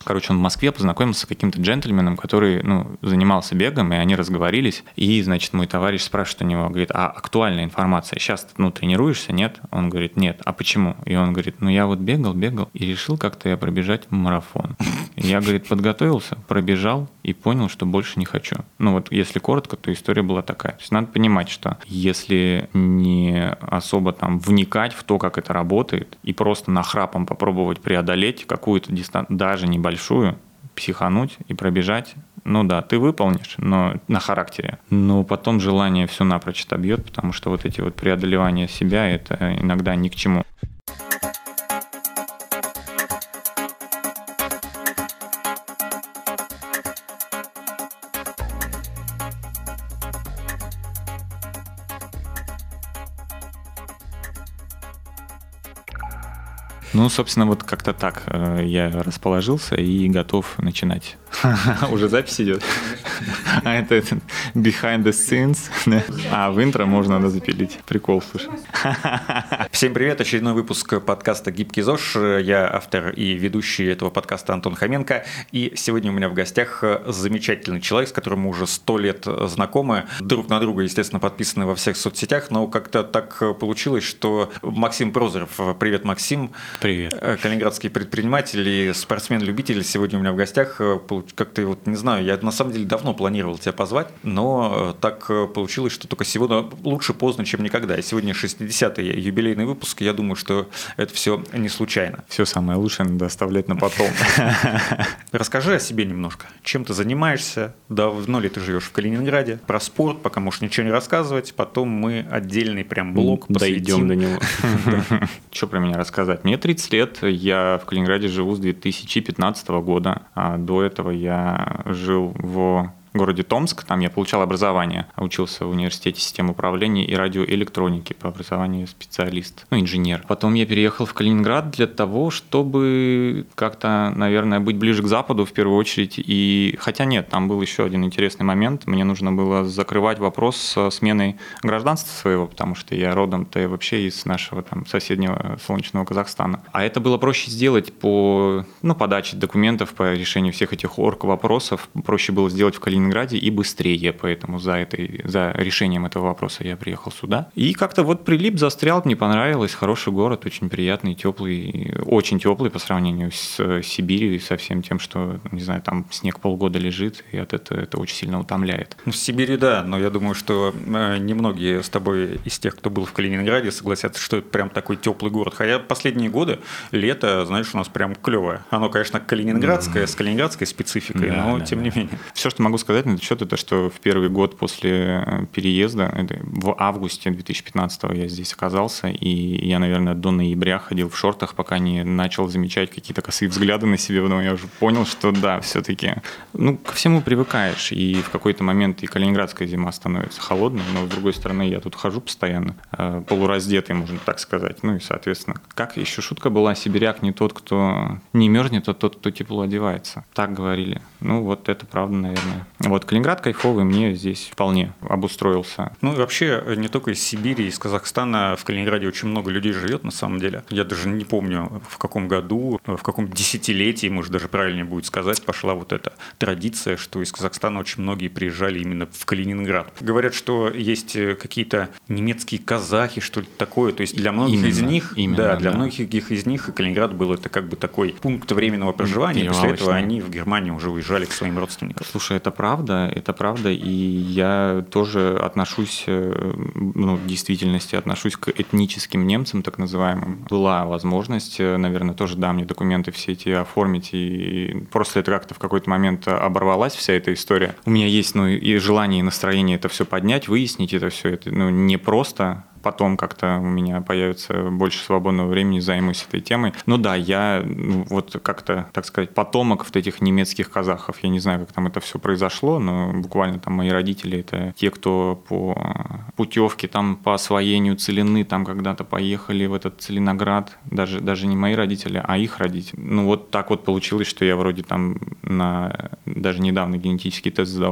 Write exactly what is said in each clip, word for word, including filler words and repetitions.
Короче, он в Москве познакомился с каким-то джентльменом, который, ну, занимался бегом, и они разговорились. И, значит, мой товарищ спрашивает у него, говорит, а актуальная информация, сейчас, ну, тренируешься, нет? Он говорит, нет. А почему? И он говорит, ну, я вот бегал, бегал, и решил как-то я пробежать марафон. И я, говорит, подготовился, пробежал и понял, что больше не хочу. Ну, вот если коротко, то история была такая. То есть надо понимать, что если не особо там вникать в то, как это работает, и просто нахрапом попробовать преодолеть какую-то дистанцию, даже небольшую, психануть и пробежать, ну да, ты выполнишь, но на характере. Но потом желание все напрочь отобьет, потому что вот эти вот преодолевания себя, это иногда ни к чему. Ну, собственно, вот как-то так я расположился и готов начинать. Уже запись идет? А это behind the scenes. А в интро можно надо запилить. Прикол, слушай. Всем привет, очередной выпуск подкаста «Гибкий ЗОЖ». Я автор и ведущий этого подкаста Антон Хоменко. И сегодня у меня в гостях замечательный человек, с которым мы уже сто лет знакомы. Друг на друга, естественно, подписаны во всех соцсетях, но как-то так получилось, что Максим Прозоров. Привет, Максим. Привет. Калининградский предприниматель и спортсмен-любитель сегодня у меня в гостях. Как-то вот не знаю, я на самом деле давно планировал тебя позвать, но так получилось, что только сегодня лучше поздно, чем никогда. И сегодня шестидесятый юбилейный выпуск, я думаю, что это все не случайно. Все самое лучшее надо оставлять на потом. Расскажи о себе немножко. Чем ты занимаешься? Давно ли ты живешь в Калининграде? Про спорт пока можешь ничего не рассказывать. Потом мы отдельный прям блок посвятим. Дойдем до него. Что про меня рассказать? Мне тридцать лет, я в Калининграде живу с две тысячи пятнадцатого года, а до этого я жил в городе Томск, там я получал образование, учился в университете систем управления и радиоэлектроники, по образованию специалист, ну, инженер. Потом я переехал в Калининград для того, чтобы как-то, наверное, быть ближе к Западу в первую очередь. И хотя нет, там был еще один интересный момент, мне нужно было закрывать вопрос со сменой гражданства своего, потому что я родом-то вообще из нашего там соседнего солнечного Казахстана. А это было проще сделать по, ну, подаче документов, по решению всех этих орг-вопросов, проще было сделать в Калининграде и быстрее, поэтому за, этой, за решением этого вопроса я приехал сюда. И как-то вот прилип, застрял, мне понравилось, хороший город, очень приятный, теплый, очень теплый по сравнению с Сибирью и со всем тем, что, не знаю, там снег полгода лежит, и от этого это очень сильно утомляет. Ну, в Сибири, да, но я думаю, что немногие с тобой из тех, кто был в Калининграде, согласятся, что это прям такой теплый город. Хотя последние годы лето, знаешь, у нас прям клевое. Оно, конечно, калининградское, mm-hmm. с калининградской спецификой, да, но да, тем да. не менее. Все, что могу сказать на этот счет, это что в первый год после переезда, это в августе две тысячи пятнадцатого я здесь оказался, и я, наверное, до ноября ходил в шортах, пока не начал замечать какие-то косые взгляды на себе, но я уже понял, что да, все-таки, ну, ко всему привыкаешь, и в какой-то момент и калининградская зима становится холодной, но, с другой стороны, я тут хожу постоянно, полураздетый, можно так сказать, ну и, соответственно, как еще шутка была, сибиряк не тот, кто не мерзнет, а тот, кто тепло одевается. Так говорили. Ну, вот это правда, наверное. Вот Калининград кайфовый, мне здесь вполне обустроился. Ну и вообще не только из Сибири, из Казахстана в Калининграде очень много людей живет на самом деле. Я даже не помню, в каком году, в каком десятилетии, может даже правильнее будет сказать, пошла вот эта традиция, что из Казахстана очень многие приезжали именно в Калининград. Говорят, что есть какие-то немецкие казахи, что ли такое. То есть для многих именно, из них, именно, да, для да. многих из них Калининград был это как бы такой пункт временного проживания. После этого они в Германию уже уезжали к своим родственникам. Слушай, это правда, это правда, и я тоже отношусь, ну, в действительности отношусь к этническим немцам, так называемым. Была возможность, наверное, тоже, да, мне документы все эти оформить, и просто это как-то в какой-то момент оборвалась вся эта история. У меня есть, ну, и желание, и настроение это все поднять, выяснить это все, это, ну, не просто. Потом как-то у меня появится больше свободного времени, займусь этой темой. Ну да, я вот как-то, так сказать, потомок вот этих немецких казахов. Я не знаю, как там это все произошло, но буквально там мои родители — это те, кто по путевке, там по освоению целины, там когда-то поехали в этот Целиноград. Даже, даже не мои родители, а их родители. Ну вот так вот получилось, что я вроде там на даже недавно генетический тест сдавал.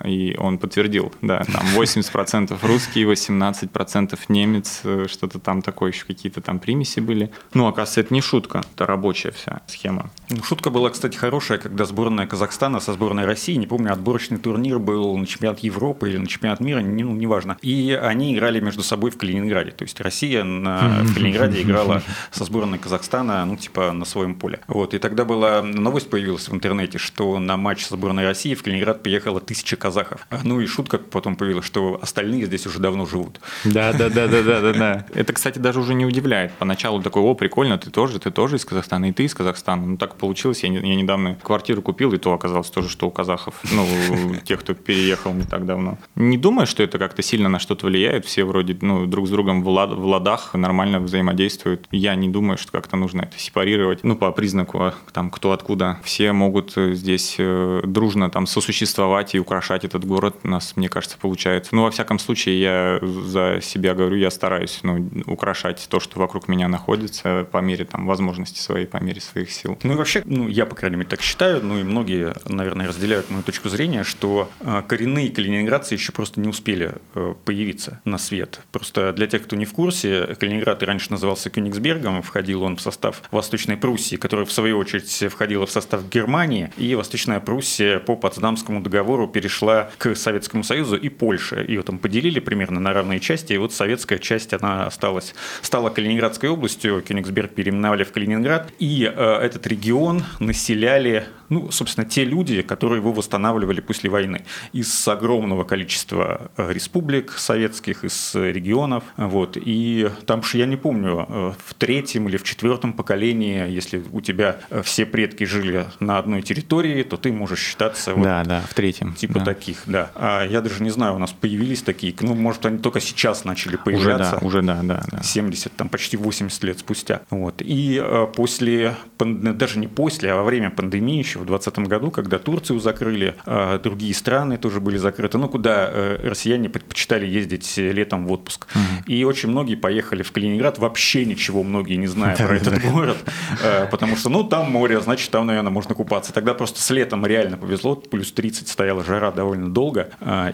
и он подтвердил, да, там восемьдесят процентов русский, восемнадцать процентов немец, что-то там такое, еще какие-то там примеси были. Ну, оказывается, это не шутка, это рабочая вся схема. Ну, шутка была, кстати, хорошая, когда сборная Казахстана со сборной России, не помню, отборочный турнир был на чемпионат Европы или на чемпионат мира, не, ну, неважно. И они играли между собой в Калининграде. То есть Россия на, в Калининграде играла со сборной Казахстана, ну, типа, на своем поле. Вот. И тогда была новость появилась в интернете, что на матч со сборной России в Калининград приехала тысяча казахов. Ну и шутка потом появилась, что остальные здесь уже давно живут. Да, да, да, да, да, да, да. Это, кстати, даже уже не удивляет. Поначалу такой: о, прикольно, ты тоже, ты тоже из Казахстана, и ты из Казахстана. Ну, так получилось. Я, я недавно квартиру купил, и то оказалось тоже, что у казахов, ну, тех, кто переехал не так давно. Не думаю, что это как-то сильно на что-то влияет. Все вроде, ну, друг с другом в, лад, в ладах нормально взаимодействуют. Я не думаю, что как-то нужно это сепарировать. Ну, по признаку, там, кто откуда. Все могут здесь дружно там сосуществовать и украшать этот город. У нас, мне кажется, получается. Ну, во всяком случае, я за себя говорю, я стараюсь, ну, украшать то, что вокруг меня находится, по мере там возможности своей, по мере своих сил. Ну и вообще, ну, я, по крайней мере, так считаю, ну и многие, наверное, разделяют мою точку зрения, что коренные калининградцы еще просто не успели появиться на свет. Просто для тех, кто не в курсе, Калининград раньше назывался Кёнигсбергом, входил он в состав Восточной Пруссии, которая, в свою очередь, входила в состав Германии, и Восточная Пруссия по Потсдамскому договору перешла к Советскому Союзу и Польше. Ее там поделили примерно на равные части, и вот советская часть, она осталась, стала Калининградской областью, Кёнигсберг переименовали в Калининград, и э, этот регион населяли, ну, собственно, те люди, которые его восстанавливали после войны. Из огромного количества республик советских, из регионов. Вот. И там же, я не помню, в третьем или в четвертом поколении, если у тебя все предки жили на одной территории, то ты можешь считаться... Да, вот, да, в третьем. Типа да. таких, да. А я даже не знаю, у нас появились такие, ну, может, они только сейчас начали появляться. Уже да, уже да, да. да. семьдесят, там почти восемьдесят лет спустя. Вот. И после, даже не после, а во время пандемии еще в двадцатом году, когда Турцию закрыли, другие страны тоже были закрыты, ну, куда россияне предпочитали ездить летом в отпуск. Угу. И очень многие поехали в Калининград, вообще ничего многие не зная про этот город, потому что, ну, там море, значит, там, наверное, можно купаться. Тогда просто с летом реально повезло, плюс тридцать стояла жара довольно долго,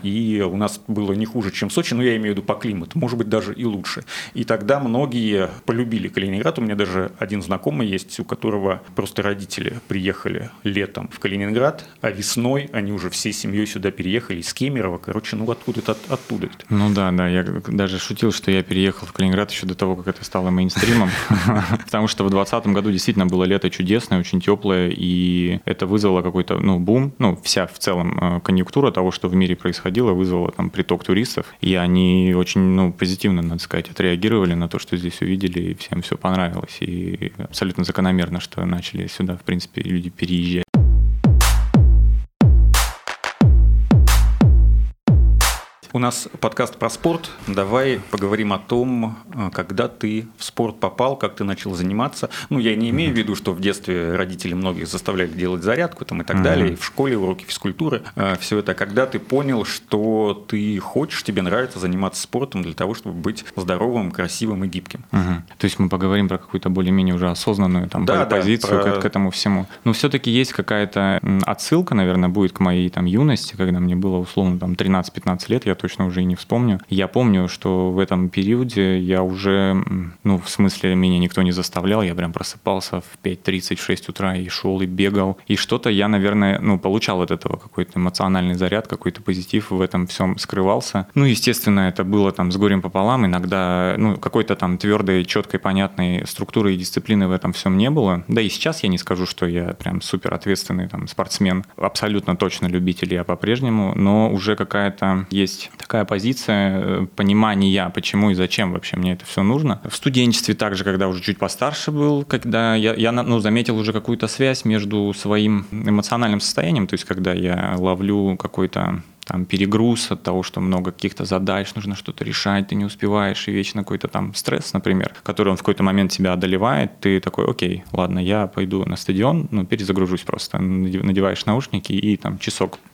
и у нас было не хуже, чем в Сочи, но я имею в виду по климату, может быть, даже и лучше. И тогда многие полюбили Калининград. У меня даже один знакомый есть, у которого просто родители приехали летом в Калининград, а весной они уже всей семьей сюда переехали из Кемерово. Короче, ну откуда-то от, оттуда. Ну да, да, я даже шутил, что я переехал в Калининград еще до того, как это стало мейнстримом, потому что в двадцатом году действительно было лето чудесное, очень теплое, и это вызвало какой-то, ну, бум, ну, вся в целом конъюнктура того, что в мире происходило, вызвала там приток туристов, и они очень, ну, позитивно, надо сказать, отреагировали на то, что здесь увидели, и всем все понравилось, и абсолютно закономерно, что начали сюда, в принципе, люди переезжать. У нас подкаст про спорт. Давай поговорим о том, когда ты в спорт попал, как ты начал заниматься. Ну, я не имею в виду, что в детстве родители многих заставляли делать зарядку там, и так mm-hmm. далее, и в школе уроки физкультуры. Все это. Когда ты понял, что ты хочешь, тебе нравится заниматься спортом для того, чтобы быть здоровым, красивым и гибким. Mm-hmm. То есть мы поговорим про какую-то более-менее уже осознанную там, да, позицию да, про... к, к этому всему. Но все-таки есть какая-то отсылка, наверное, будет к моей там, юности, когда мне было условно там, тринадцать-пятнадцать лет, я точно уже и не вспомню. Я помню, что в этом периоде я уже, ну, в смысле, меня никто не заставлял, я прям просыпался в пять тридцать, в шесть утра и шел, и бегал. И что-то я, наверное, ну, получал от этого какой-то эмоциональный заряд, какой-то позитив в этом всем скрывался. Ну, естественно, это было там с горем пополам, иногда, ну, какой-то там твердой, четкой, понятной структуры и дисциплины в этом всем не было. Да и сейчас я не скажу, что я прям супер ответственный там спортсмен, абсолютно точно любитель я по-прежнему, но уже какая-то есть такая позиция понимания, почему и зачем вообще мне это все нужно. В студенчестве также, когда уже чуть постарше был, когда я, я ну, заметил уже какую-то связь между своим эмоциональным состоянием, то есть когда я ловлю какой-то там перегруз от того, что много каких-то задач, нужно что-то решать, ты не успеваешь, и вечно какой-то там стресс, например, который он в какой-то момент тебя одолевает, ты такой, окей, ладно, я пойду на стадион, ну, перезагружусь просто, надеваешь наушники и там часок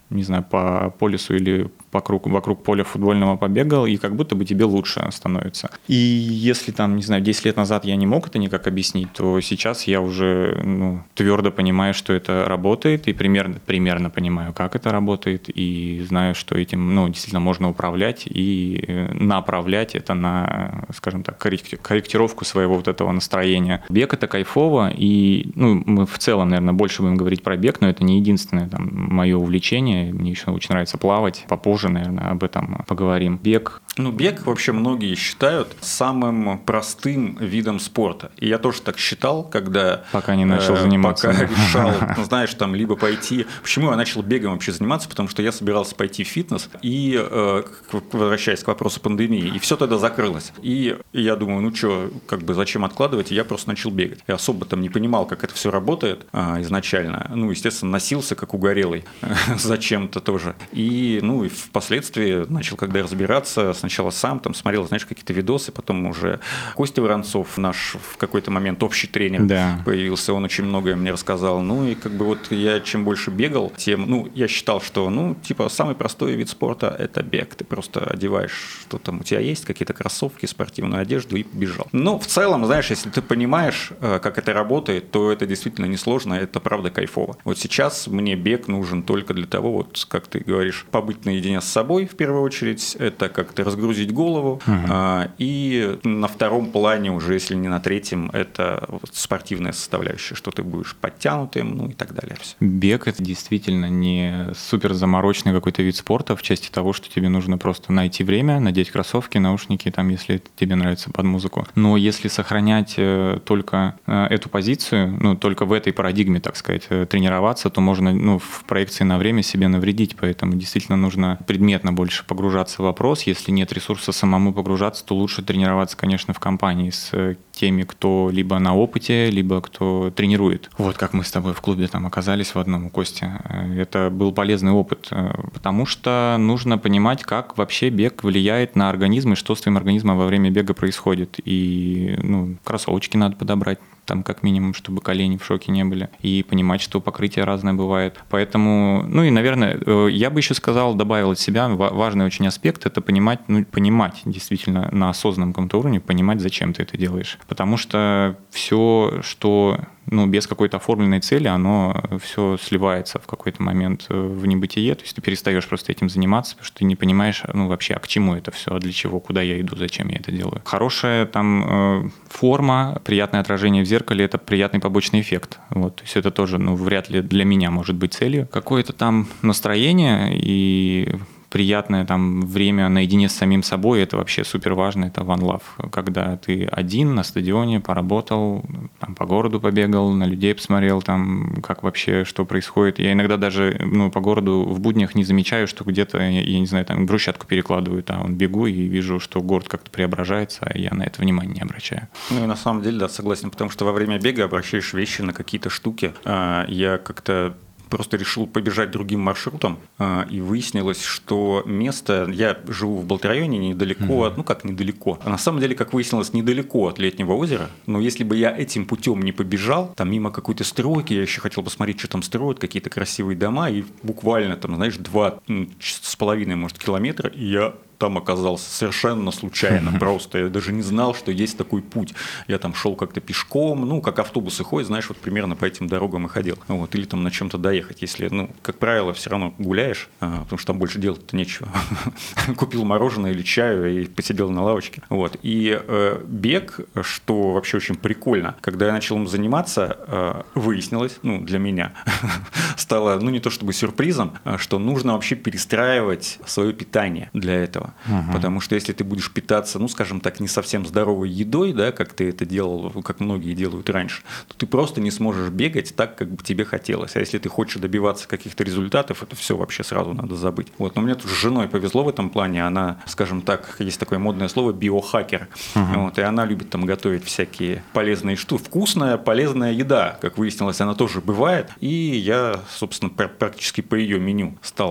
не знаю, по полюсу или по кругу, вокруг поля футбольного побегал, и как будто бы тебе лучше становится. И если там, не знаю, десять лет назад я не мог это никак объяснить, то сейчас я уже ну, твердо понимаю, что это работает, и примерно, примерно понимаю, как это работает, и знаю, что этим ну, действительно можно управлять и направлять это на, скажем так, корректировку своего вот этого настроения. Бег — это кайфово, и ну, мы в целом, наверное, больше будем говорить про бег, но это не единственное там, мое увлечение. Мне еще очень нравится плавать. Попозже, наверное, об этом поговорим. Бег. Ну, бег вообще многие считают самым простым видом спорта. И я тоже так считал, когда... Пока не начал э, заниматься. Пока решал, знаешь, там, либо пойти... Почему я начал бегом вообще заниматься? Потому что я собирался пойти в фитнес, и, э, возвращаясь к вопросу пандемии, и все тогда закрылось. И я думаю, ну что, как бы зачем откладывать? И я просто начал бегать. Я особо там не понимал, как это все работает э, изначально. Ну, естественно, носился как угорелый зачем-то тоже. И, ну, и впоследствии начал, когда разбираться, сначала сам там смотрел, знаешь, какие-то видосы, потом уже Костя Воронцов, наш в какой-то момент общий тренер, да. появился, он очень многое мне рассказал. Ну, и как бы вот я чем больше бегал, тем, ну, я считал, что, ну, типа, самый простой вид спорта – это бег. Ты просто одеваешь, что там у тебя есть, какие-то кроссовки, спортивную одежду и побежал. Но в целом, знаешь, если ты понимаешь, как это работает, то это действительно несложно, это правда кайфово. Вот сейчас мне бег нужен только для того, вот, как ты говоришь, побыть наедине с собой в первую очередь, это как-то разгрузить голову, угу. а, и на втором плане уже, если не на третьем, это вот спортивная составляющая, что ты будешь подтянутым, ну и так далее. Все. Бег – это действительно не супер замороченный какой-то вид спорта в части того, что тебе нужно просто найти время, надеть кроссовки, наушники, там, если тебе нравится под музыку. Но если сохранять только эту позицию, ну, только в этой парадигме, так сказать, тренироваться, то можно ну, в проекции на время себе навредить, поэтому действительно нужно предметно больше погружаться в вопрос. Если нет ресурса самому погружаться, то лучше тренироваться, конечно, в компании с теми, кто либо на опыте, либо кто тренирует. Вот как мы с тобой в клубе там оказались в одном у Кости. Это был полезный опыт, потому что нужно понимать, как вообще бег влияет на организм и что с твоим организмом во время бега происходит. И ну, кроссовочки надо подобрать, там как минимум, чтобы колени в шоке не были, и понимать, что покрытие разное бывает. Поэтому, ну и, наверное, я бы еще сказал, добавил от себя важный очень аспект, это понимать, ну, понимать действительно на осознанном каком-то уровне, понимать, зачем ты это делаешь. Потому что все, что ну, без какой-то оформленной цели, оно все сливается в какой-то момент в небытие, то есть ты перестаешь просто этим заниматься, потому что ты не понимаешь, ну, вообще, а к чему это все, а для чего, куда я иду, зачем я это делаю. Хорошая там форма, приятное отражение в зеркале – это приятный побочный эффект. Вот, то есть это тоже, ну, вряд ли для меня может быть целью. Какое-то там настроение и приятное там время наедине с самим собой, это вообще супер важно, это one love. Когда ты один на стадионе поработал, там, по городу побегал, на людей посмотрел, там, как вообще, что происходит. Я иногда даже ну, по городу в буднях не замечаю, что где-то, я не знаю, там брусчатку перекладывают, а он бегу и вижу, что город как-то преображается, а я на это внимание не обращаю. Ну и на самом деле, да, согласен, потому что во время бега обращаешь вещи на какие-то штуки. Я как-то просто решил побежать другим маршрутом, и выяснилось, что место... Я живу в Балт-районе недалеко, mm-hmm. от, ну как недалеко, а на самом деле, как выяснилось, недалеко от Летнего озера, но если бы я этим путем не побежал, там мимо какой-то стройки, я еще хотел посмотреть, что там строят, какие-то красивые дома, и буквально там, знаешь, два с половиной, может, километра, и я там оказался совершенно случайно, просто я даже не знал, что есть такой путь. Я там шел как-то пешком, ну, как автобусы ходят, знаешь, вот примерно по этим дорогам и ходил. Вот, или там на чем-то доехать, если, ну, как правило, все равно гуляешь, потому что там больше делать-то нечего. Купил мороженое или чаю и посидел на лавочке. Вот, и э, бег, что вообще очень прикольно, когда я начал им заниматься, э, выяснилось, ну, для меня, стало, ну, не то чтобы сюрпризом, что нужно вообще перестраивать свое питание для этого. Угу. Потому что если ты будешь питаться, ну, скажем так, не совсем здоровой едой, да, как ты это делал, как многие делают раньше, то ты просто не сможешь бегать так, как бы тебе хотелось. А если ты хочешь добиваться каких-то результатов, это все вообще сразу надо забыть. Вот. Но мне тут с женой повезло в этом плане. Она, скажем так, есть такое модное слово биохакер. Угу. Вот, и она любит там готовить всякие полезные штуки. Вкусная, полезная еда, как выяснилось, она тоже бывает. И я, собственно, практически по ее меню стал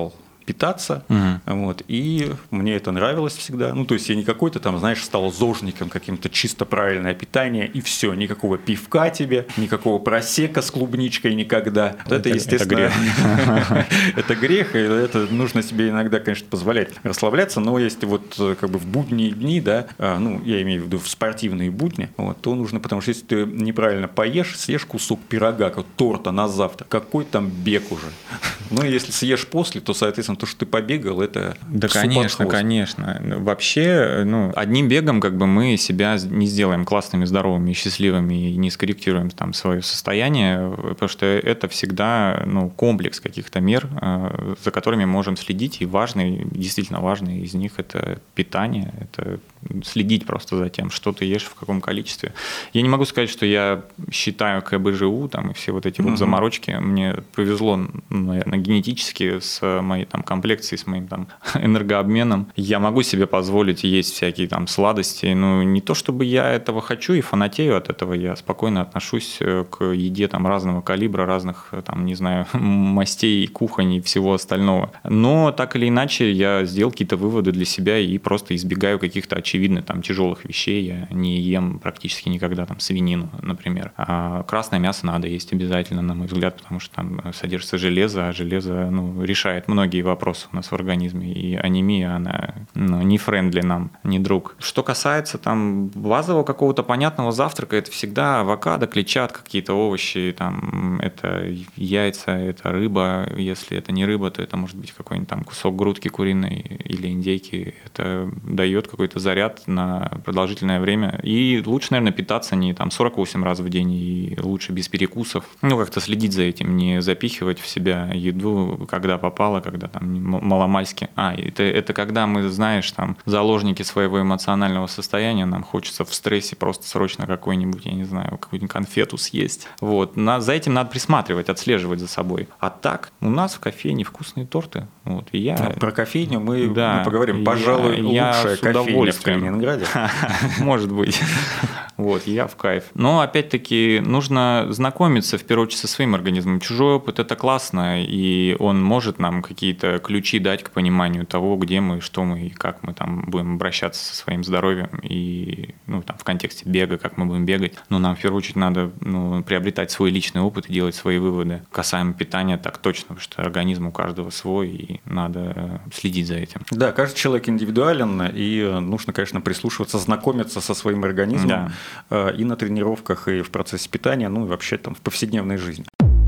питаться, Угу. вот, и мне это нравилось всегда. Ну, то есть я не какой-то там, знаешь, стал зожником каким-то чисто правильное питание, и все, никакого пивка тебе, никакого просека с клубничкой никогда. Вот это, Это- естественно, это грех. это грех, и это нужно себе иногда, конечно, позволять расслабляться, но если вот э, как бы в будние дни, да, а, ну, я имею в виду в спортивные будни, вот, то нужно, потому что если ты неправильно поешь, съешь кусок пирога, как торта на завтрак, какой там бег уже. Ну, и если съешь после, то, соответственно, то, что ты побегал, это Да, псу под конечно, хвост. конечно. Вообще, ну, одним бегом как бы мы себя не сделаем классными, здоровыми, счастливыми и не скорректируем там свое состояние, потому что это всегда, ну, комплекс каких-то мер, э, за которыми можем следить, и важный, действительно важный из них – это питание, это следить просто за тем, что ты ешь, в каком количестве. Я не могу сказать, что я считаю КБЖУ там, и все вот эти вот Мгм. заморочки. Мне повезло, наверное, генетически с моей там комплекцией, с моим там энергообменом. Я могу себе позволить есть всякие там сладости. Ну, не то чтобы я этого хочу и фанатею от этого, я спокойно отношусь к еде там разного калибра, разных там, не знаю, мастей, кухонь и всего остального. Но так или иначе я сделал какие-то выводы для себя и просто избегаю каких-то очевидно там тяжелых вещей. Я не ем практически никогда там свинину, например. А красное мясо надо есть обязательно, на мой взгляд, потому что там содержится железо, а железо, ну, решает многие вопросы у нас в организме. И анемия, она, ну, не френдли нам, не друг. Что касается там базового какого-то понятного завтрака, это всегда авокадо, клетчатка, какие-то овощи, там, это яйца, это рыба. Если это не рыба, то это может быть какой-нибудь там кусок грудки куриной или индейки. Это дает какой-то заряд на продолжительное время. И лучше, наверное, питаться не там сорок восемь раз в день, и лучше без перекусов. Ну, как-то следить за этим, не запихивать в себя еду, когда попало, когда там м- маломальски. А, это, это когда мы, знаешь, там, заложники своего эмоционального состояния, нам хочется в стрессе просто срочно какой-нибудь, я не знаю, какую-нибудь конфету съесть. Вот. На, за этим надо присматривать, отслеживать за собой. А так, у нас в кофейне вкусные торты. Вот. И я... А про кофейню мы Да, поговорим. я- Пожалуй, я лучшая с кофейня в удовольствием. Калининграде. Может быть. Вот, я в кайф. Но, опять-таки, нужно знакомиться, в первую очередь, со своим организмом. Чужой опыт – это классно, и он может нам какие-то ключи дать к пониманию того, где мы, что мы и как мы там будем обращаться со своим здоровьем, и, ну, там, в контексте бега, как мы будем бегать. Но нам, в первую очередь, надо, ну, приобретать свой личный опыт и делать свои выводы. Касаемо питания, так точно, потому что организм у каждого свой, и надо следить за этим. Да, каждый человек индивидуален, и нужно, конечно, прислушиваться, знакомиться со своим организмом Да. э, и на тренировках, и в процессе питания, ну и вообще там в повседневной жизни.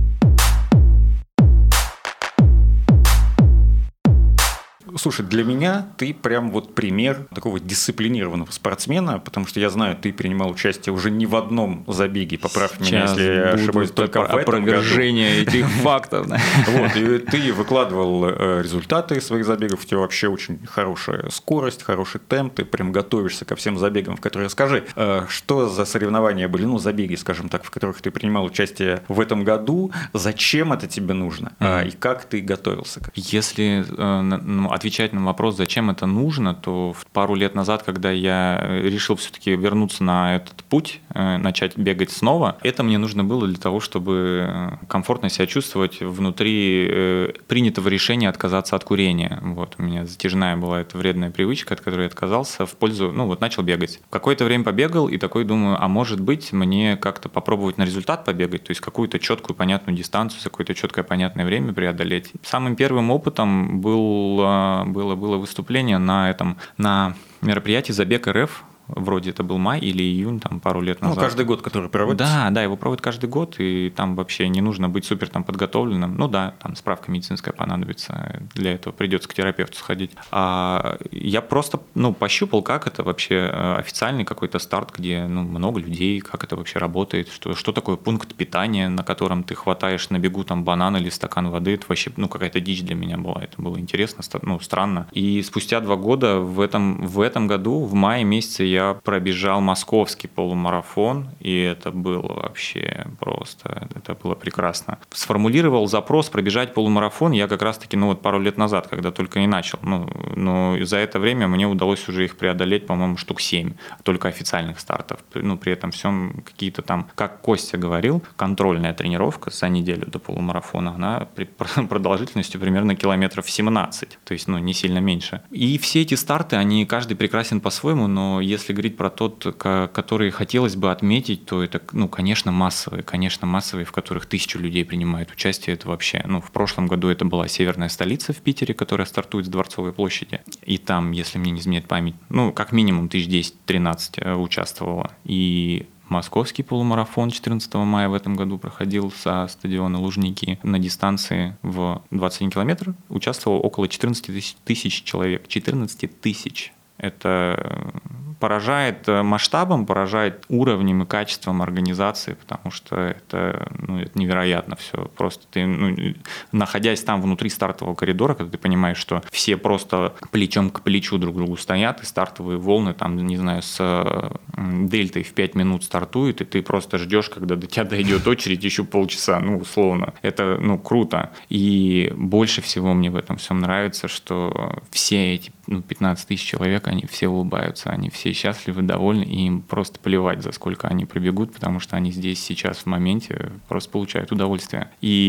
Слушай, для меня ты прям вот пример такого дисциплинированного спортсмена, потому что я знаю, ты принимал участие уже не в одном забеге, поправь меня, если я ошибаюсь, только в этом году. Опровержение этих фактов. Вот, и ты выкладывал э, результаты своих забегов, у тебя вообще очень хорошая скорость, хороший темп, ты прям готовишься ко всем забегам, в которые... Скажи, э, что за соревнования были, ну, забеги, скажем так, в которых ты принимал участие в этом году, зачем это тебе нужно, э, и как ты готовился? Если э, ну, отвечать на вопрос, зачем это нужно, то пару лет назад, когда я решил все-таки вернуться на этот путь, э, начать бегать снова, это мне нужно было для того, чтобы комфортно себя чувствовать внутри э, принятого решения отказаться от курения. Вот, у меня затяжная была эта вредная привычка, от которой я отказался в пользу, ну вот начал бегать. Какое-то время побегал и такой думаю, а может быть мне как-то попробовать на результат побегать, то есть какую-то четкую, понятную дистанцию, за какое-то четкое, понятное время преодолеть. Самым первым опытом был, было, было выступление на этом, на мероприятии «Забег РФ». Вроде это был май или июнь, там пару лет назад. Ну, каждый год, который проводится. Да, да, его проводят каждый год, и там вообще не нужно быть супер там подготовленным. Ну да, там справка медицинская понадобится, для этого придется к терапевту сходить. А я просто, ну, пощупал, как это вообще официальный какой-то старт, где, ну, много людей, как это вообще работает, что, что такое пункт питания, на котором ты хватаешь на бегу там банан или стакан воды. Это вообще, ну, какая-то дичь для меня была. Это было интересно, ну, странно. И спустя два года в этом, в этом году, в мае месяце я я пробежал московский полумарафон, и это было вообще просто, это было прекрасно. Сформулировал запрос пробежать полумарафон я как раз-таки, ну вот пару лет назад, когда только и начал. Ну, но за это время мне удалось уже их преодолеть, по-моему, штук семь, только официальных стартов. Ну, при этом всем какие-то там, как Костя говорил, контрольная тренировка за неделю до полумарафона, она при продолжительностью примерно километров семнадцать, то есть, ну, не сильно меньше. И все эти старты, они каждый прекрасен по-своему, но если говорить про тот, который хотелось бы отметить, то это, ну, конечно, массовые, конечно, массовые, в которых тысячу людей принимают участие, это вообще, ну, в прошлом году это была Северная столица в Питере, которая стартует с Дворцовой площади, и там, если мне не изменяет память, ну, как минимум тысяч десять-тринадцать участвовало, и московский полумарафон четырнадцатого мая в этом году проходил со стадиона Лужники на дистанции в двадцать один километр. Участвовало около четырнадцать тысяч человек. четырнадцать тысяч. Это поражает масштабом, поражает уровнем и качеством организации, потому что это, ну, это невероятно все. Просто ты, ну, находясь там внутри стартового коридора, когда ты понимаешь, что все просто плечом к плечу друг другу стоят, и стартовые волны, там, не знаю, с дельтой в пять минут стартуют, и ты просто ждешь, когда до тебя дойдет очередь еще полчаса, ну, условно. Это, ну, круто. И больше всего мне в этом всем нравится, что все эти, ну, пятнадцать тысяч человек, они все улыбаются, они все счастливы, довольны, и им просто плевать, за сколько они пробегут, потому что они здесь сейчас в моменте просто получают удовольствие.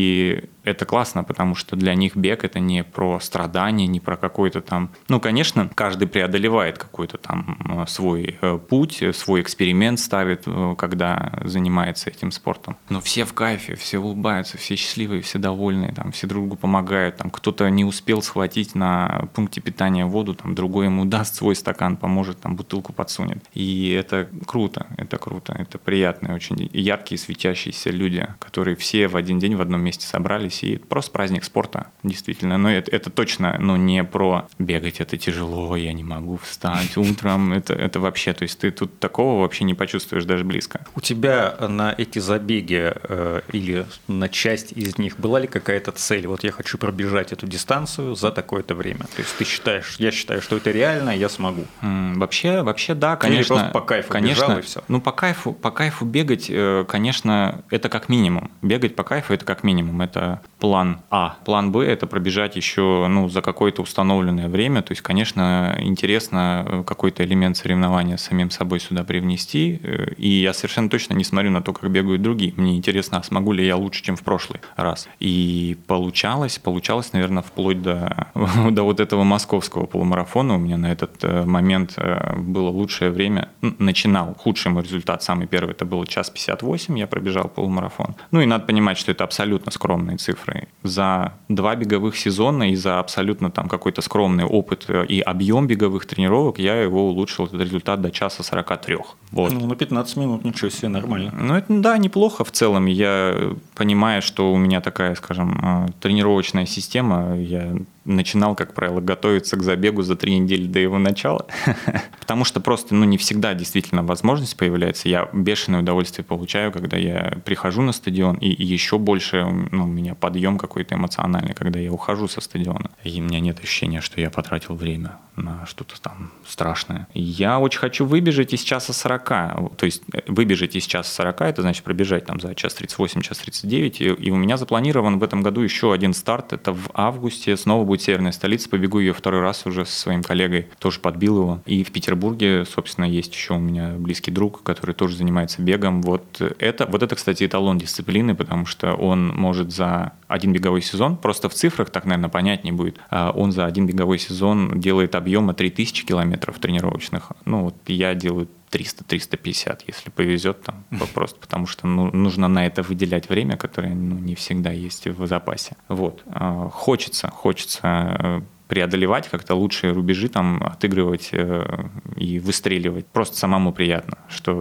И это классно, потому что для них бег — это не про страдания, не про какой-то там... Ну, конечно, каждый преодолевает какой-то там свой путь, свой эксперимент ставит, когда занимается этим спортом. Но все в кайфе, все улыбаются, все счастливые, все довольные, там, все друг другу помогают. Там, кто-то не успел схватить на пункте питания воду, там, другой ему даст свой стакан, поможет, там, бутылку подсунет. И это круто, это круто, это приятные, очень яркие, светящиеся люди, которые все в один день в одном месте собрались, и это просто праздник спорта, действительно. Но это, это точно, ну, не про бегать это тяжело, я не могу встать утром, это, это вообще, то есть ты тут такого вообще не почувствуешь даже близко. У тебя на эти забеги э, или на часть из них была ли какая-то цель? Вот я хочу пробежать эту дистанцию за такое-то время. То есть ты считаешь, я считаю, что это реально, я смогу. М, вообще, вообще, да, конечно. Или просто по кайфу конечно, бежал и все? Ну, по кайфу, по кайфу бегать, конечно, это как минимум. Бегать по кайфу — это как минимум. Это план А. План Б — это пробежать еще, ну, за какое-то установленное время. То есть, конечно, интересно какой-то элемент соревнования с самим собой сюда привнести. И я совершенно точно не смотрю на то, как бегают другие. Мне интересно, а смогу ли я лучше, чем в прошлый раз. И получалось, получалось, наверное, вплоть до, до вот этого московского полумарафона. У меня на этот момент было лучшее время. Начинал худший мой результат. Самый первый — это было час пятьдесят восемь, я пробежал полумарафон. Ну и надо понимать, что это абсолютно скромные цифры. За два беговых сезона и за абсолютно там какой-то скромный опыт и объем беговых тренировок я его улучшил, этот результат, до часа сорока трёх. Вот. Ну, на пятнадцать минут, ничего себе, нормально. Ну, это, да, неплохо в целом. Я понимаю, что у меня такая, скажем, тренировочная система. Я начинал, как правило, готовиться к забегу за три недели до его начала, потому что просто, ну, не всегда действительно возможность появляется. Я бешеное удовольствие получаю, когда я прихожу на стадион, и еще больше, ну, у меня подъем какой-то эмоциональный, когда я ухожу со стадиона, и у меня нет ощущения, что я потратил время на что-то там страшное. Я очень хочу выбежать из часа сорока, то есть выбежать из часа сорока, это значит пробежать там за час тридцать восемь, час тридцать девять, и, и у меня запланирован в этом году еще один старт, это в августе, снова будет Северная столица, побегу ее второй раз уже со своим коллегой, тоже подбил его. И в Петербурге, собственно, есть еще у меня близкий друг, который тоже занимается бегом. Вот это, вот это, кстати, эталон дисциплины, потому что он может за один беговой сезон, просто в цифрах так, наверное, понятнее будет, он за один беговой сезон делает объема три тысячи километров тренировочных. Ну, вот я делаю триста - триста пятьдесят, если повезет, там, просто потому что, ну, нужно на это выделять время, которое, ну, не всегда есть в запасе. Вот. Хочется, хочется преодолевать как-то лучшие рубежи, там, отыгрывать э, и выстреливать. Просто самому приятно, что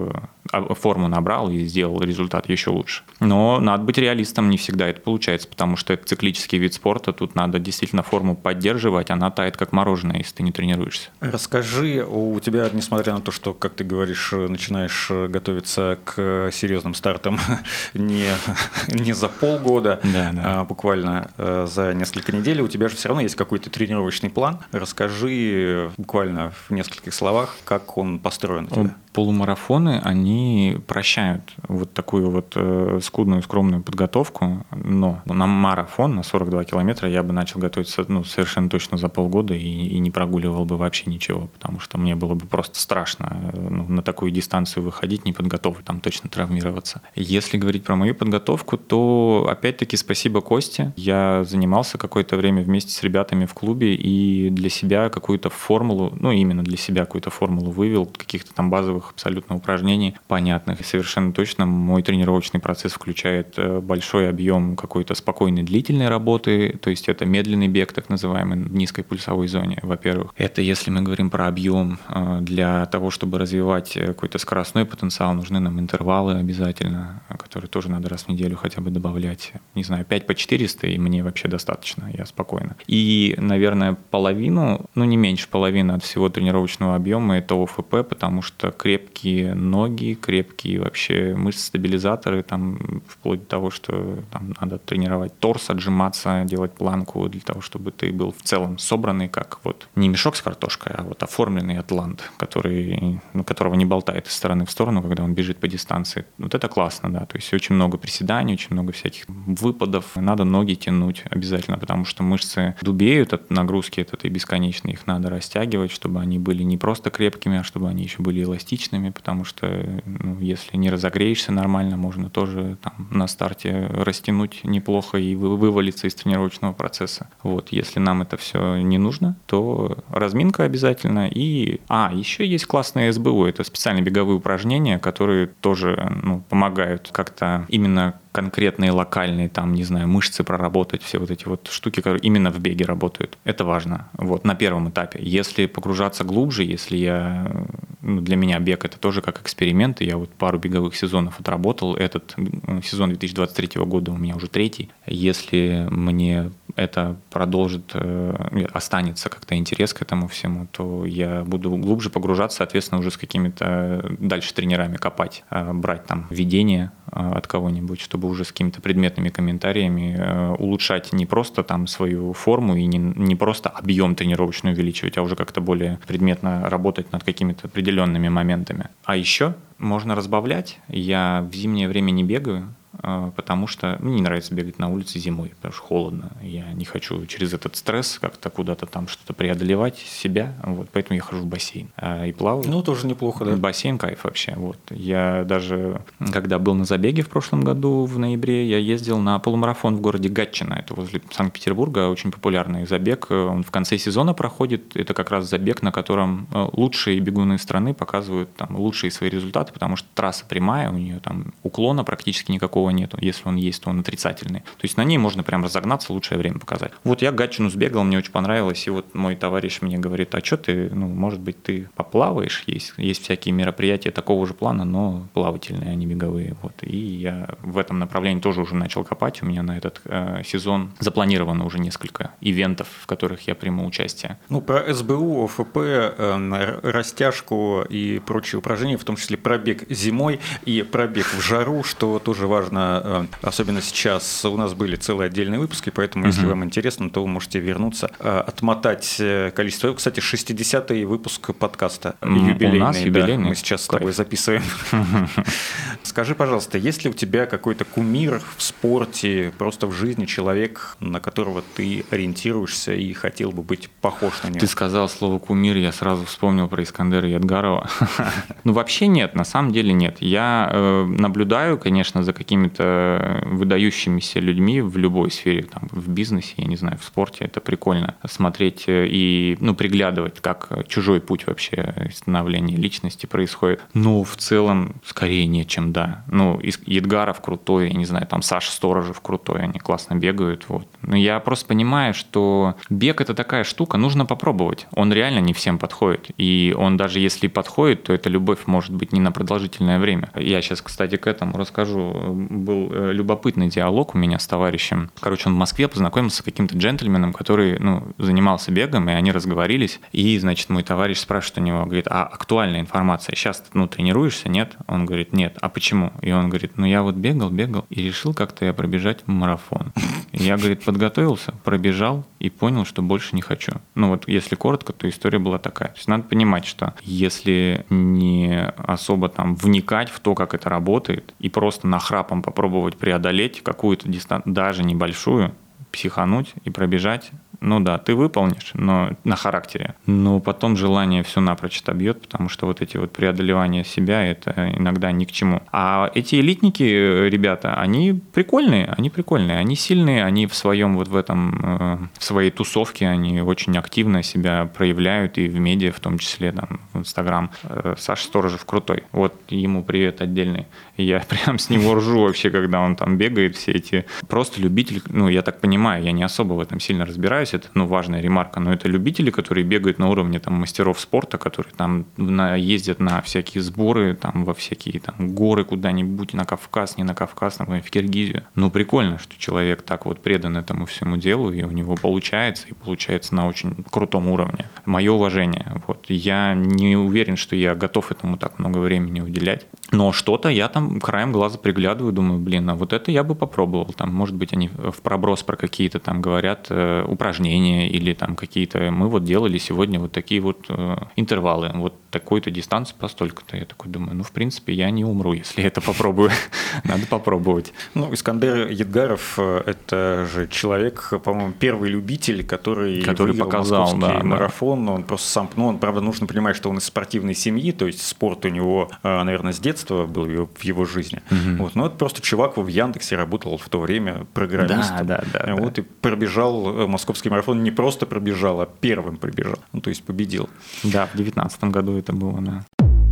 форму набрал и сделал результат еще лучше. Но надо быть реалистом, не всегда это получается, потому что это циклический вид спорта, тут надо действительно форму поддерживать, она тает как мороженое, если ты не тренируешься. Расскажи, у тебя, несмотря на то, что, как ты говоришь, начинаешь готовиться к серьезным стартам не, не за полгода, да, да. а буквально за несколько недель, у тебя же все равно есть какой-то тренировочный план. Расскажи буквально в нескольких словах, как он построен у тебя. Полумарафоны, они прощают вот такую вот э, скудную, скромную подготовку, но на марафон, на сорок два километра я бы начал готовиться ну, совершенно точно за полгода и, и не прогуливал бы вообще ничего, потому что мне было бы просто страшно ну, на такую дистанцию выходить, не подготовить, там точно травмироваться. Если говорить про мою подготовку, то опять-таки спасибо Косте. Я занимался какое-то время вместе с ребятами в клубе и для себя какую-то формулу, ну именно для себя какую-то формулу вывел, каких-то там базовых абсолютно упражнений понятных. И совершенно точно мой тренировочный процесс включает большой объем какой-то спокойной длительной работы, то есть это медленный бег, так называемый, в низкой пульсовой зоне, во-первых. Это если мы говорим про объем, для того, чтобы развивать какой-то скоростной потенциал, нужны нам интервалы обязательно, которые тоже надо раз в неделю хотя бы добавлять. Не знаю, пять по четыреста, и мне вообще достаточно, я спокойно. И, наверное, половину, ну не меньше половины от всего тренировочного объема это ОФП, потому что крепкие ноги, крепкие вообще мышцы-стабилизаторы, там, вплоть до того, что там, надо тренировать торс, отжиматься, делать планку для того, чтобы ты был в целом собранный, как вот не мешок с картошкой, а вот оформленный атлант, который, ну, которого не болтает из стороны в сторону, когда он бежит по дистанции. Вот это классно, да, то есть очень много приседаний, очень много всяких выпадов, надо ноги тянуть обязательно, потому что мышцы дубеют от нагрузки от этой бесконечной, их надо растягивать, чтобы они были не просто крепкими, а чтобы они еще были эластичными, потому что ну, если не разогреешься нормально, можно тоже там, на старте растянуть неплохо и вывалиться из тренировочного процесса. Вот. Если нам это все не нужно, то разминка обязательно. И... А, еще есть классные СБУ, это специальные беговые упражнения, которые тоже ну, помогают как-то именно конкретные локальные, там, не знаю, мышцы проработать, все вот эти вот штуки, которые именно в беге работают. Это важно. Вот, на первом этапе. Если погружаться глубже, если я... Ну, для меня бег — это тоже как эксперимент, и я вот пару беговых сезонов отработал. Этот сезон две тысячи двадцать третьего года у меня уже третий. Если мне это продолжит, останется как-то интерес к этому всему, то я буду глубже погружаться, соответственно, уже с какими-то дальше тренерами копать, брать там ведение от кого-нибудь, чтобы уже с какими-то предметными комментариями улучшать не просто там свою форму и не, не просто объем тренировочный увеличивать, а уже как-то более предметно работать над какими-то определенными моментами. А еще можно разбавлять. Я в зимнее время не бегаю, потому что мне не нравится бегать на улице зимой, потому что холодно. Я не хочу через этот стресс как-то куда-то там что-то преодолевать себя, вот, поэтому я хожу в бассейн и плаваю. Ну, тоже неплохо, да? Бассейн — кайф вообще. Вот. Я даже, когда был на забеге в прошлом году, в ноябре, я ездил на полумарафон в городе Гатчина, это возле Санкт-Петербурга, очень популярный забег. Он в конце сезона проходит, это как раз забег, на котором лучшие бегуны страны показывают там лучшие свои результаты, потому что трасса прямая, у нее там уклона практически никакого нету. Если он есть, то он отрицательный. То есть на ней можно прям разогнаться, лучшее время показать. Вот я Гатчину сбегал, мне очень понравилось, и вот мой товарищ мне говорит: а что ты, ну, может быть, ты поплаваешь? Есть, есть всякие мероприятия такого же плана, но плавательные, а не беговые. Вот. И я в этом направлении тоже уже начал копать. У меня на этот э, сезон запланировано уже несколько ивентов, в которых я приму участие. Ну, про СБУ, ОФП, э, растяжку и прочие упражнения, в том числе пробег зимой и пробег в жару, что тоже важно. Особенно сейчас у нас были целые отдельные выпуски, поэтому, если uh-huh. вам интересно, то вы можете вернуться, отмотать количество. Кстати, шестидесятый выпуск подкаста, юбилейный. У нас юбилейный. Да, мы сейчас с тобой записываем. Скажи, пожалуйста, есть ли у тебя какой-то кумир в спорте, просто в жизни, человек, на которого ты ориентируешься и хотел бы быть похож на него? Ты сказал слово «кумир», я сразу вспомнил про Искандера Ядгарова. Ну, вообще нет, на самом деле нет. Я наблюдаю, конечно, за какими-то выдающимися людьми в любой сфере, там, в бизнесе, я не знаю, в спорте. Это прикольно смотреть и ну, приглядывать, как чужой путь вообще становления личности происходит. Но в целом скорее нет, чем да. Ну, Едгаров крутой, я не знаю, там Саша Сторожев крутой, они классно бегают, вот. Но я просто понимаю, что бег – это такая штука, нужно попробовать. Он реально не всем подходит. И он даже если подходит, то эта любовь может быть не на продолжительное время. Я сейчас, кстати, к этому расскажу. Был любопытный диалог у меня с товарищем. Короче, он в Москве познакомился с каким-то джентльменом, который, ну, занимался бегом, и они разговорились. И, значит, мой товарищ спрашивает у него, говорит, а актуальная информация, сейчас, ну, тренируешься, нет? Он говорит, нет. А почему? И он говорит, ну, я вот бегал, бегал, и решил как-то я пробежать марафон. И я, говорит, подготовился, пробежал и понял, что больше не хочу. Ну, вот если коротко, то история была такая. То есть надо понимать, что если не особо там вникать в то, как это работает, и просто нахрапом попробовать преодолеть какую-то дистанцию, даже небольшую, психануть и пробежать, ну да, ты выполнишь, но на характере. Но потом желание все напрочь отобьет, потому что вот эти вот преодолевания себя, это иногда ни к чему. А эти элитники, ребята, они прикольные, они прикольные, они сильные, они в своем вот в этом, в своей тусовке, они очень активно себя проявляют и в медиа, в том числе там в Инстаграм. Саша Сторожев крутой, вот ему привет отдельный. Я прям с него ржу вообще, когда он там бегает, все эти... Просто любитель, ну я так понимаю, я не особо в этом сильно разбираюсь, это, ну, важная ремарка, но это любители, которые бегают на уровне там мастеров спорта, которые там на, ездят на всякие сборы, там во всякие там горы куда-нибудь, на Кавказ, не на Кавказ, например, в Киргизию. Ну, прикольно, что человек так вот предан этому всему делу, и у него получается, и получается на очень крутом уровне. Мое уважение. Вот. Я не уверен, что я готов этому так много времени уделять, но что-то я там краем глаза приглядываю, думаю, блин, а вот это я бы попробовал. Там, может быть, они в проброс про какие-то там говорят э, упражнения, или там какие-то, мы вот делали сегодня вот такие вот э, интервалы, вот такой-то дистанции по столько-то. Я такой думаю, ну, в принципе, я не умру, если это попробую. Надо попробовать. Ну, Искандер Едгаров – это же человек, по-моему, первый любитель, который, который показал московский да, марафон. Да. Он просто сам, ну, он, правда, нужно понимать, что он из спортивной семьи, то есть спорт у него, наверное, с детства был в его жизни. Угу. Вот, но это просто чувак в Яндексе работал в то время программистом. Да, да, да, вот, да. И пробежал московский марафон, не просто пробежал, а первым пробежал, ну, то есть победил. Да, в девятнадцатом году это было, да.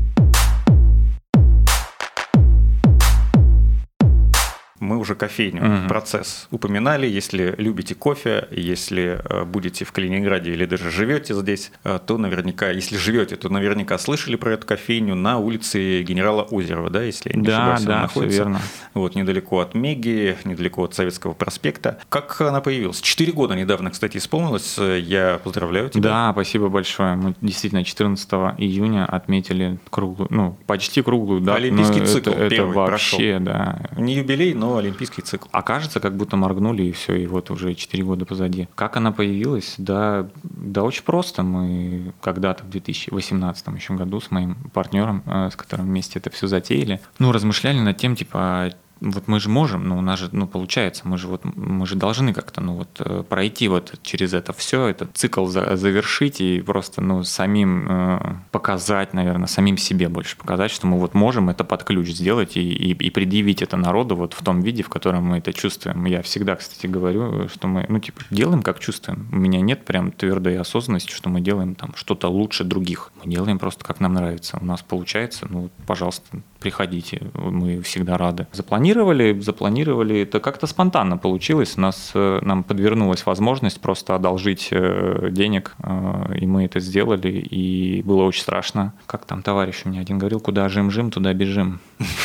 Мы уже кофейню, угу. процесс упоминали. Если любите кофе, если будете в Калининграде или даже живете здесь, то наверняка, если живете, то наверняка слышали про эту кофейню на улице Генерала Озерова, да, если я не да, ошибаюсь, да, она находится. Все верно. Вот, недалеко от Меги, недалеко от Советского проспекта. Как она появилась? Четыре года недавно, кстати, исполнилось. Я поздравляю тебя. Да, спасибо большое. Мы действительно четырнадцатого июня отметили круглую, ну, почти круглую дату. Олимпийский цикл это, первый это вообще, прошел. Да. Не юбилей, но олимпийский цикл. А кажется, как будто моргнули, и все, и вот уже четыре года позади. Как она появилась? Да, да очень просто. Мы когда-то в две тысячи восемнадцатом еще году с моим партнером, с которым вместе это все затеяли, ну, размышляли над тем, типа, вот мы же можем, ну, у нас же, ну, получается, мы же вот, мы же должны как-то, ну, вот, пройти вот через это все, этот цикл за, завершить и просто, ну, самим э, показать, наверное, самим себе больше показать, что мы вот можем это под ключ сделать и, и, и предъявить это народу вот в том виде, в котором мы это чувствуем. Я всегда, кстати, говорю, что мы, ну, типа, делаем как чувствуем. У меня нет прям твердой осознанности, что мы делаем там что-то лучше других. Мы делаем просто как нам нравится. У нас получается, ну, пожалуйста, приходите, мы всегда рады. Запланировали, запланировали, это как-то спонтанно получилось, у нас, нам подвернулась возможность просто одолжить денег, и мы это сделали, и было очень страшно. Как там товарищ у меня один говорил, куда жим-жим, туда бежим.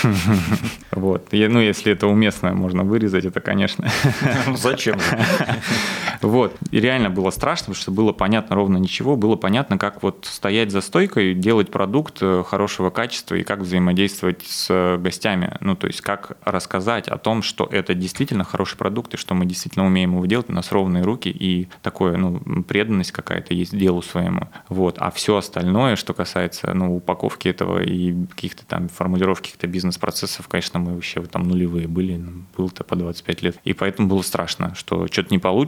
Вот, ну если это уместно, можно вырезать это, конечно. Зачем? Вот, и реально было страшно, потому что было понятно ровно ничего, было понятно, как вот стоять за стойкой, делать продукт хорошего качества и как взаимодействовать с гостями, ну, то есть как рассказать о том, что это действительно хороший продукт и что мы действительно умеем его делать, у нас ровные руки и такое, ну, преданность какая-то есть делу своему, вот, а все остальное, что касается, ну, упаковки этого и каких-то там формулировки каких-то бизнес-процессов, конечно, мы вообще там нулевые были, был-то по двадцать пять лет, и поэтому было страшно, что что-то не получится, и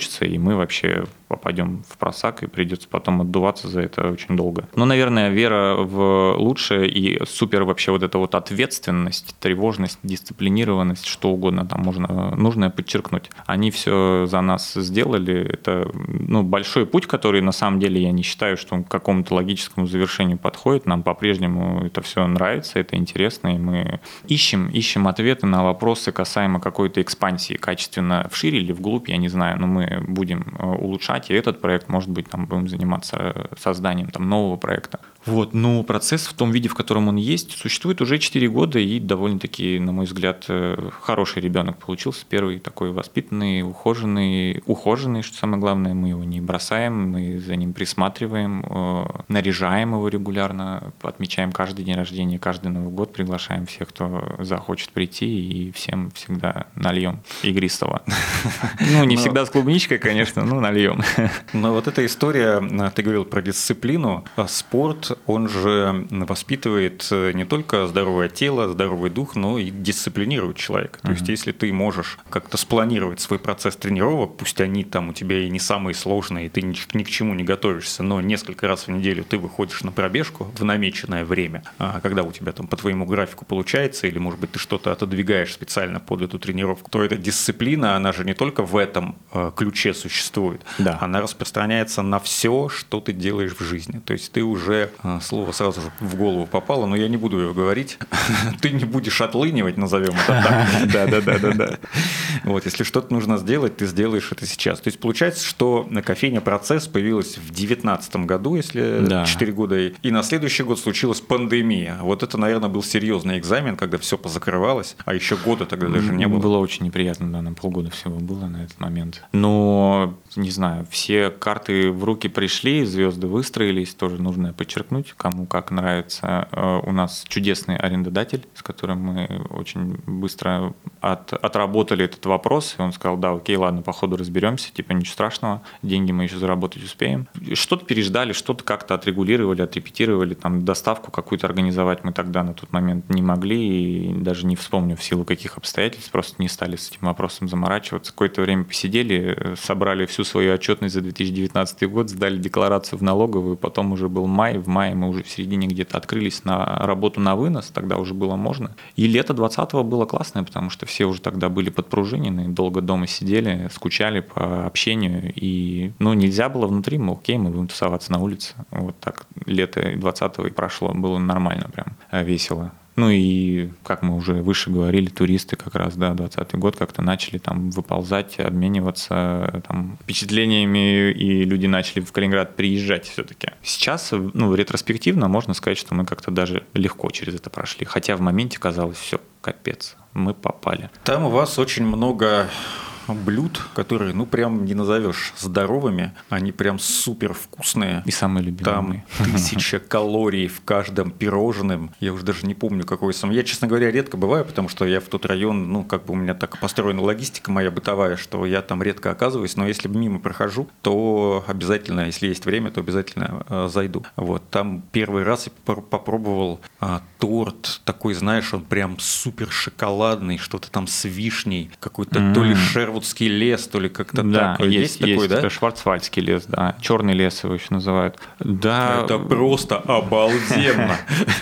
мы вообще попадем в просак и придется потом отдуваться за это очень долго. Но, наверное, вера в лучшее и супер вообще вот эта вот ответственность, тревожность, дисциплинированность, что угодно там можно, нужно подчеркнуть. Они все за нас сделали. Это ну, большой путь, который на самом деле я не считаю, что он к какому-то логическому завершению подходит. Нам по-прежнему это все нравится, это интересно, и мы ищем, ищем ответы на вопросы касаемо какой-то экспансии, качественно вширь или вглубь, я не знаю, но мы будем улучшать и этот проект, может быть, там будем заниматься созданием там, нового проекта. Вот, но процесс в том виде, в котором он есть, существует уже четыре года, и довольно-таки, на мой взгляд, хороший ребенок получился. Первый такой воспитанный, ухоженный, ухоженный, что самое главное, мы его не бросаем, мы за ним присматриваем, наряжаем его регулярно, отмечаем каждый день рождения, каждый Новый год, приглашаем всех, кто захочет прийти, и всем всегда нальем игристого. Ну, не всегда с клубничкой, конечно, но нальем. Но вот эта история, ты говорил про дисциплину, спорт, он же воспитывает не только здоровое тело, здоровый дух, но и дисциплинирует человека. То uh-huh. есть, если ты можешь как-то спланировать свой процесс тренировок, пусть они там у тебя и не самые сложные, и ты ни, ни к чему не готовишься, но несколько раз в неделю ты выходишь на пробежку в намеченное время, когда у тебя там по твоему графику получается, или, может быть, ты что-то отодвигаешь специально под эту тренировку, то эта дисциплина, она же не только в этом ключе существует, да. она распространяется на все, что ты делаешь в жизни. То есть, ты уже слово сразу же в голову попало, но я не буду его говорить. Ты не будешь отлынивать, назовем это так. Да, да, да, да, да. Вот, если что-то нужно сделать, ты сделаешь это сейчас. То есть получается, что кофейня «Процесс» появилась в девятнадцатом году, если да. четыре года, и на следующий год случилась пандемия. Вот это, наверное, был серьезный экзамен, когда все позакрывалось, а еще года тогда даже не было. Было очень неприятно, да, на полгода всего было на этот момент. Но, не знаю, все карты в руки пришли, звезды выстроились, тоже нужно подчеркнуть, кому как нравится. У нас чудесный арендодатель, с которым мы очень быстро от, отработали этот вопрос. И он сказал, да, окей, ладно, по ходу разберемся, типа ничего страшного, деньги мы еще заработать успеем. Что-то переждали, что-то как-то отрегулировали, отрепетировали, там доставку какую-то организовать мы тогда на тот момент не могли, и даже не вспомню в силу каких обстоятельств, просто не стали с этим вопросом заморачиваться. Какое-то время посидели, собрали всю свою отчетность за две тысячи девятнадцатый год, сдали декларацию в налоговую, потом уже был май, в мае мы уже в середине где-то открылись на работу на вынос, тогда уже было можно. И лето двадцатого было классное, потому что все уже тогда были подпружинены, долго дома сидели, скучали по общению, и ну, нельзя было внутри, мы окей, мы будем тусоваться на улице. Вот так лето двадцатого и прошло, было нормально прям, весело. Ну и, как мы уже выше говорили, туристы как раз, да, двадцатый год как-то начали там выползать, обмениваться там впечатлениями, и люди начали в Калининград приезжать все-таки. Сейчас, ну, ретроспективно можно сказать, что мы как-то даже легко через это прошли, хотя в моменте казалось, все, капец, мы попали. Там у вас очень много блюд, которые, ну, прям не назовешь здоровыми, они прям супер вкусные. И самые любимые. Там тысяча калорий в каждом пирожном. Я уже даже не помню, какой сам. Я, честно говоря, редко бываю, потому что я в тот район, ну, как бы у меня так построена логистика моя бытовая, что я там редко оказываюсь, но если мимо прохожу, то обязательно, если есть время, то обязательно э, зайду. Вот, там первый раз я попробовал э, торт такой, знаешь, он прям супер шоколадный, что-то там с вишней, какой-то mm. то ли шервудский лес, то ли как-то да, так. Есть, есть такой, есть, да? Шварцвальдский лес, да. Черный лес его еще называют. Да. Это просто обалденно.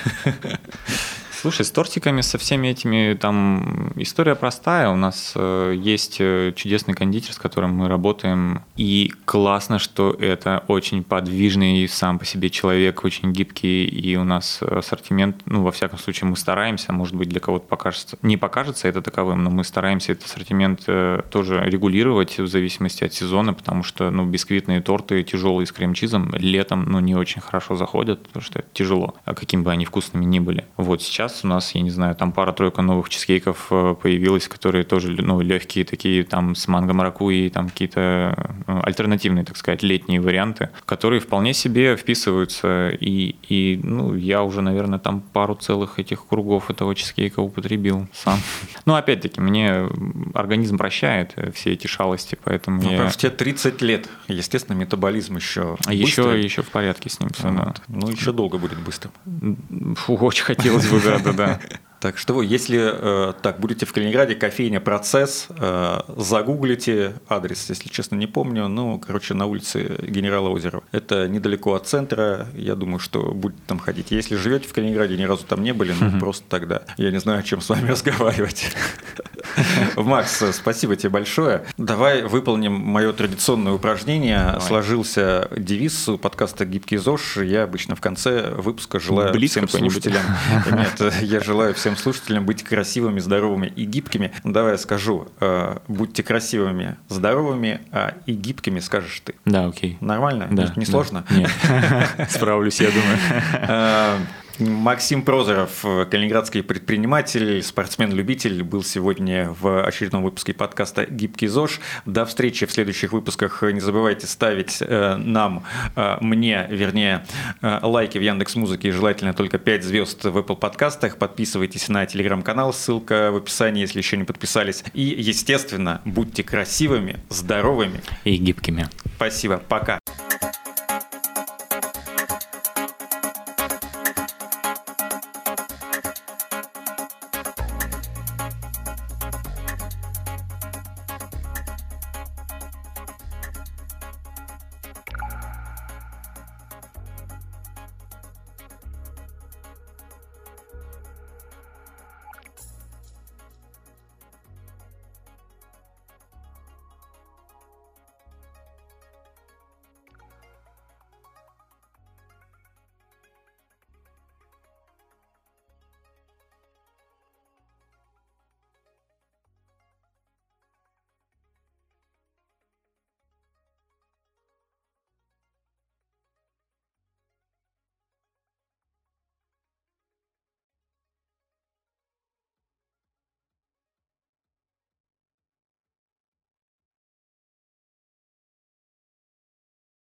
Слушай, с тортиками, со всеми этими, там история простая. У нас э, есть чудесный кондитер, с которым мы работаем. И классно, что это очень подвижный сам по себе человек, очень гибкий. И у нас ассортимент, ну, во всяком случае, мы стараемся, может быть, для кого-то покажется, не покажется это таковым, но мы стараемся этот ассортимент э, тоже регулировать в зависимости от сезона, потому что, ну, бисквитные торты тяжелые с крем-чизом летом, ну, не очень хорошо заходят, потому что это тяжело, а каким бы они вкусными ни были. Вот сейчас у нас, я не знаю, там пара-тройка новых чизкейков появилась, которые тоже, ну, легкие такие, там с манго-маракуйей, там какие-то альтернативные, так сказать, летние варианты, которые вполне себе вписываются. И, и ну, я уже, наверное, там пару целых этих кругов этого чизкейка употребил сам. Ну, опять-таки, мне организм прощает все эти шалости, поэтому ну, я... потому что тебе тридцать лет, естественно, метаболизм еще еще, еще в порядке с ним все, вот. Да. Ну, еще долго будет быстро. Фу, очень хотелось бы, да, да, да. Так что если э, так, будете в Калининграде, кофейня «Процесс», э, загуглите адрес, если честно, не помню, ну, короче, на улице Генерала Озерова. Это недалеко от центра, я думаю, что будете там ходить. Если живете в Калининграде, ни разу там не были, ну, просто тогда. Я не знаю, о чем с вами разговаривать. Макс, спасибо тебе большое. Давай выполним мое традиционное упражнение. Давай. Сложился девиз у подкаста «Гибкий ЗОЖ». Я обычно в конце выпуска желаю Близ всем слушателям... Нет, я желаю всем слушателям быть красивыми, здоровыми и гибкими. Давай я скажу. Будьте красивыми, здоровыми, а и гибкими скажешь ты. Да, окей. Нормально? Да. Не сложно? Нет. Справлюсь, я думаю. Максим Прозоров, калининградский предприниматель, спортсмен-любитель, был сегодня в очередном выпуске подкаста «Гибкий ЗОЖ». До встречи в следующих выпусках. Не забывайте ставить нам, мне, вернее, лайки в Яндекс.Музыке и желательно только пять звезд в Apple подкастах. Подписывайтесь на телеграм-канал, ссылка в описании, если еще не подписались. И, естественно, будьте красивыми, здоровыми и гибкими. Спасибо, пока.